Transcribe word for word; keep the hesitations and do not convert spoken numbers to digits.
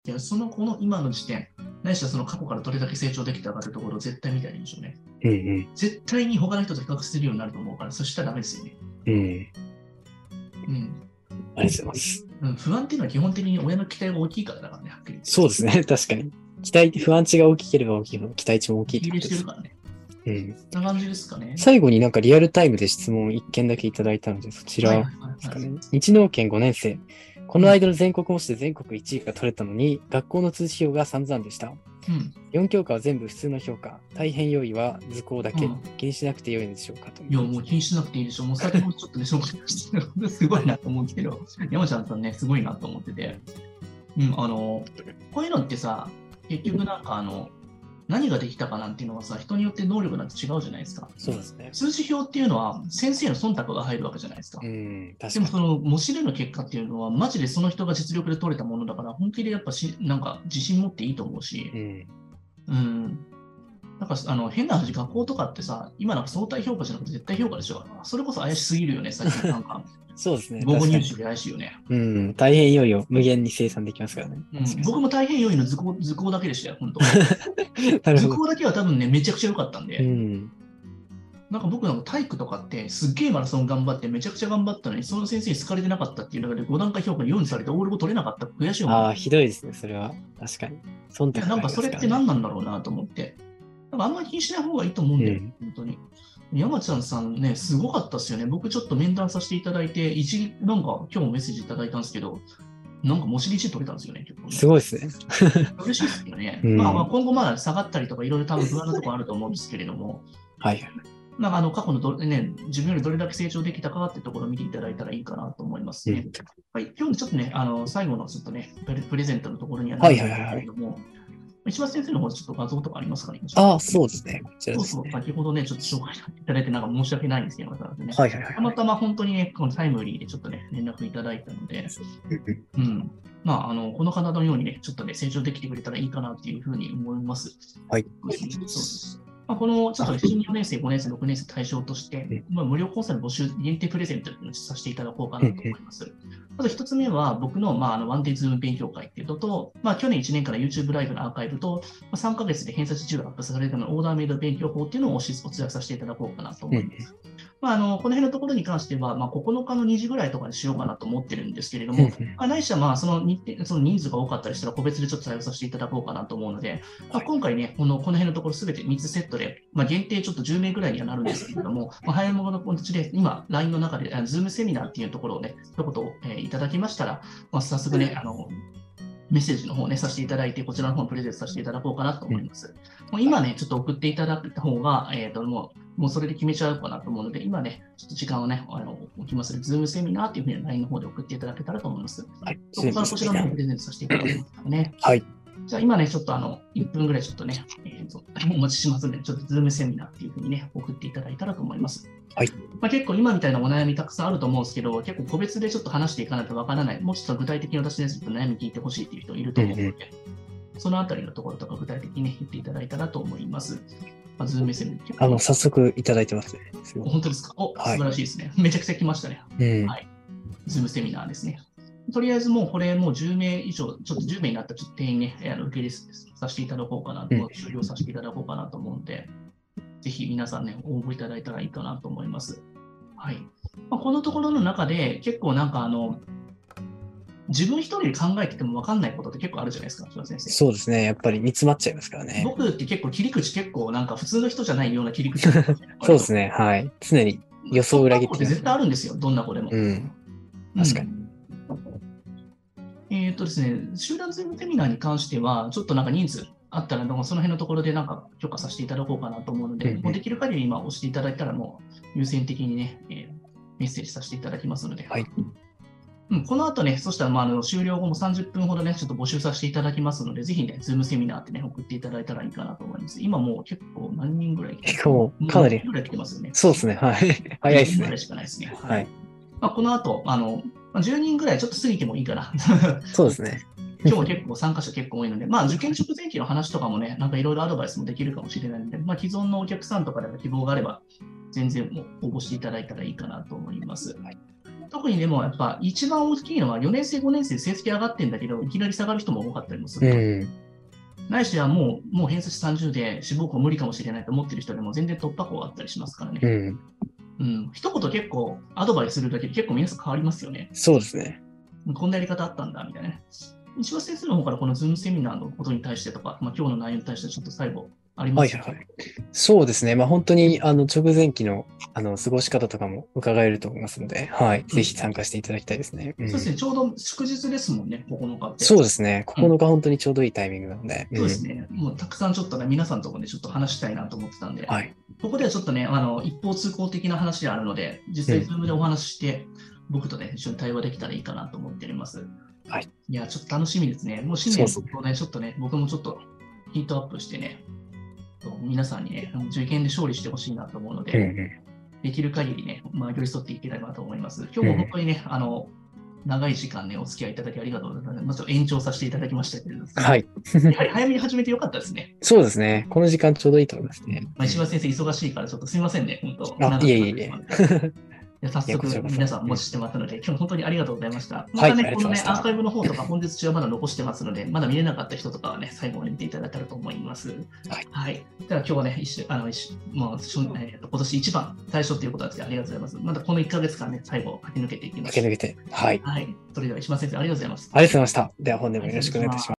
いや、そのこの今の時点、ないしはその過去からどれだけ成長できたかというところを絶対見たらいいんでしょうね。 うんうん、 絶対に他の人と比較するようになると思うから、そしたらダメですよね。 うん。 うん。 ありがとうございます。 うん、不安っていうのは基本的に親の期待が大きいからだからね、はっきり言って。 そうですね、確かに。期待、不安値が大きければ大きいほど期待値も大きいって入れことです。 してるからね。 うん。 そんな感じですかね。 最後になんかリアルタイムで質問一件だけいただいたので、そちらですかね。はいはいはいはい、日農研ごねん生。この間の全国模試で全国いちいが取れたのに、うん、学校の通知表が散々でした。うん、よん教科は全部普通の評価。大変良いは図工だけ、うん。気にしなくて良いのでしょうかと。 いや、もう気にしなくていいでしょう。もう先ほどちょっとね、紹介してるすごいなと思うんですけど、山ちゃんさんね、すごいなと思ってて。うん、あの、こういうのってさ、結局なんかあの、何ができたかなんていうのはさ、人によって能力なんて違うじゃないですか。 そうですね。 数字表っていうのは先生の忖度が入るわけじゃないですか。うん、確かに。でもその模試での結果っていうのは、マジでその人が実力で取れたものだから、本気でやっぱし、なんか自信持っていいと思うし、うん。うん、なんかあの変な話、学校とかってさ、今なんか相対評価じゃなくて絶対評価でしょ。それこそ怪しすぎるよね、最近なんか。 そうですね。 午後入試で怪しいよね。 うん、大変良いを無限に生産できますからね。 うん、僕も大変良いの図工図工だけでしたよ、本当。図工だけは多分ね、めちゃくちゃ良かったんで。うん、なんか僕なんか体育とかってすっげえマラソン頑張ってめちゃくちゃ頑張ったのに、その先生に好かれてなかったっていう中でご段階評価によんにされてオールを取れなかった悔しい思い。ああ、ひどいですね、それは。確かに。忖度がありますからね。なんかそれって何なんだろうなと思って。なんかあんまり気にしない方がいいと思うんだよ、うん、本当に。山ちゃんさんね、すごかったですよね。僕ちょっと面談させていただいて、一なんか今日もメッセージいただいたんですけど、なんか模試でいちい取れたんですよね、結構ね。すごいですね。嬉しいですよね。うん、まあ、まあ今後まだ下がったりとかいろいろ多分不安なところあると思うんですけれども、はい。なんかあの過去のど、ね、自分よりどれだけ成長できたかっていうところを見ていただいたらいいかなと思いますね。うん、はい。今日のちょっとね、あの最後のちょっとね、プレゼントのところにはなるんですけれども、はいはいはいはい、石橋先生の方でちょっと画像とかありますかね。ああ、そうですね。こちらですね。そうそう、先ほどね、ちょっと紹介いただいて、なんか申し訳ないんですけど、ね、はいはいはい、たまたま本当にね、このタイムリーでちょっとね、連絡いただいたので、うん。まあ、あの、この方のようにね、ちょっとね、成長できてくれたらいいかなっていうふうに思います。はい。そうです。まあ、このちょっと新よねん生、ごねん生、ろくねん生対象として、まあ、無料コンサル募集限定プレゼントをさせていただこうかなと思います。まず一つ目は、僕の、まあ、あのワンデイズーム勉強会っていうのと、まあ、去年いちねんから YouTube ライブのアーカイブと、まあ、さんかげつで偏差値じゅうアップされたのオーダーメイド勉強法っていうのをお伝えさせていただこうかなと思います。まあ、あのこの辺のところに関しては、まあ、ここのかのにじぐらいとかにしようかなと思ってるんですけれども、まあ、ないしはまあその日程その人数が多かったりしたら個別でちょっと対応させていただこうかなと思うので、まあ、今回ね、このこの辺のところすべてみっつセットで、まあ、限定ちょっとじゅうめいぐらいにはなるんですけれども、まあ、早いものの形で今、ライン の中で、Zoom セミナーっていうところをね、一言、えー、いただきましたら、まあ、早速ね、あの、メッセージの方ね、させていただいて、こちらの方にプレゼントさせていただこうかなと思います。うん、もう今ね、ちょっと送っていただいた方が、えっと、もう、もうそれで決めちゃうかなと思うので、今ね、ちょっと時間をね、あの置きますので、ズームセミナーっていうふうに ライン の方で送っていただけたらと思います。はい。そこからこちらの方にプレゼントさせていただきますからね。はい。じゃあ今ね、ちょっとあの、いっぷんぐらいちょっとね、えー、とお待ちしますので、ちょっとズームセミナーっていうふうにね、送っていただいたらと思います。はい。まあ、結構今みたいなお悩みたくさんあると思うんですけど、結構個別でちょっと話していかないとわからない、もうちょっと具体的に私にちょっと悩み聞いてほしいという人いると思うので、うんうん、そのあたりのところとか具体的にね、言っていただいたらと思います。まあ、ズームセミナー。あの、早速いただいてますね。すごい。本当ですか。お、素晴らしいですね。はい、めちゃくちゃ来ましたね。うん、はい。ズームセミナーですね。とりあえずもうこれもうじゅうめい以上、ちょっとじゅうめいになったら定員ね、あの受け入れさせていただこうかなと、終了させていただこうかなと思うので、ぜひ皆さんね、応募いただいたらいいかなと思います。はい。まあ、このところの中で結構なんかあの、自分一人で考えてても分かんないことって結構あるじゃないですか、柴先生。そうですね。やっぱり煮詰まっちゃいますからね。僕って結構切り口結構なんか普通の人じゃないような切り口。そうですね。はい。常に予想を裏切ってます、ね。絶対あるんですよ、どんな子でも。うん。確かに。うんえっとですね、集団ズームセミナーに関しては、ちょっとなんか人数あったら、その辺のところでなんか許可させていただこうかなと思うので、うんうん、もうできる限り今押していただいたら、もう優先的にね、えー、メッセージさせていただきますので、はいうん、この後ね、そしたらまああの終了後もさんじゅっぷんほどね、ちょっと募集させていただきますので、ぜひね、ズームセミナーってね、送っていただいたらいいかなと思います。今もう結構何人ぐらい来てますか？結構かなり。ぐらい来てますよね。そうですね、はい。早いですね。じゅうにんぐらいしかないですね。はい。まあ、この後、あの、じゅうにんぐらいちょっと過ぎてもいいかな。そうですね。今日も結構参加者結構多いので、まあ受験直前期の話とかもね、なんかいろいろアドバイスもできるかもしれないので、まあ既存のお客さんとかで希望があれば、全然もう応募していただいたらいいかなと思います。はい、 特にでもやっぱ一番大きいのはよねん生、ごねん生成績上がってんだけど、いきなり下がる人も多かったりもすると。うん、ないしはもう、もう偏差値さんじゅうで志望校無理かもしれないと思ってる人でも全然突破口があったりしますからね。うん。うん、一言結構アドバイスするだけで結構皆さん変わりますよね。 そうですね。 こんなやり方あったんだ、みたいなね。石橋先生の方からこのズームセミナーのことに対してとか、まあ、今日の内容に対してちょっと最後ありますか？ はいはいはい。そうですね。まあ本当にあの直前期のあの過ごし方とかも伺えると思いますので、はい。うん、ぜひ参加していただきたいですね。 うん、そうですね。ちょうど祝日ですもんね、ここのかって。 そうですね。ここのか本当にちょうどいいタイミングなので。 うん、そうですね。もうたくさんちょっとね、皆さんともね、ちょっと話したいなと思ってたんで、はい、ここではちょっとね、あの一方通行的な話であるので、実際ズームでお話しして、うん、僕とね、一緒に対話できたらいいかなと思っております。はい。いや、ちょっと楽しみですね。もう新年とね、ちょっとね、僕もちょっとヒートアップしてね、皆さんにね、受験で勝利してほしいなと思うので、うんうん、できる限りね、まあ、寄り添っていければと思います。今日も本当にね、うん、あの、長い時間ね、お付き合いいただきありがとうございます。まず延長させていただきましたけれども、はい。やはり早めに始めてよかったですね。 そうですね。この時間ちょうどいいと思いますね。 まあ、石橋先生、忙しいからちょっとすみませんね、本当。 あ、いえいえいえ。 早速、皆さんお持ちしてますので、今日本当にありがとうございました。またね、はい、このね、アーカイブの方とか、本日中はまだ残してますので、まだ見れなかった人とかはね、最後まで見ていただけたらと思います。はい。はい。では今日はね、一週、あの、一週、もう、えーと、今年一番最初ということですけど、ありがとうございます。またこのいっかげつかんね、最後、駆け抜けていきます。 駆け抜けて。はい。 はい。それでは、石間先生、ありがとうございます。 ありがとうございました。では、本年もよろしくお願いいたします。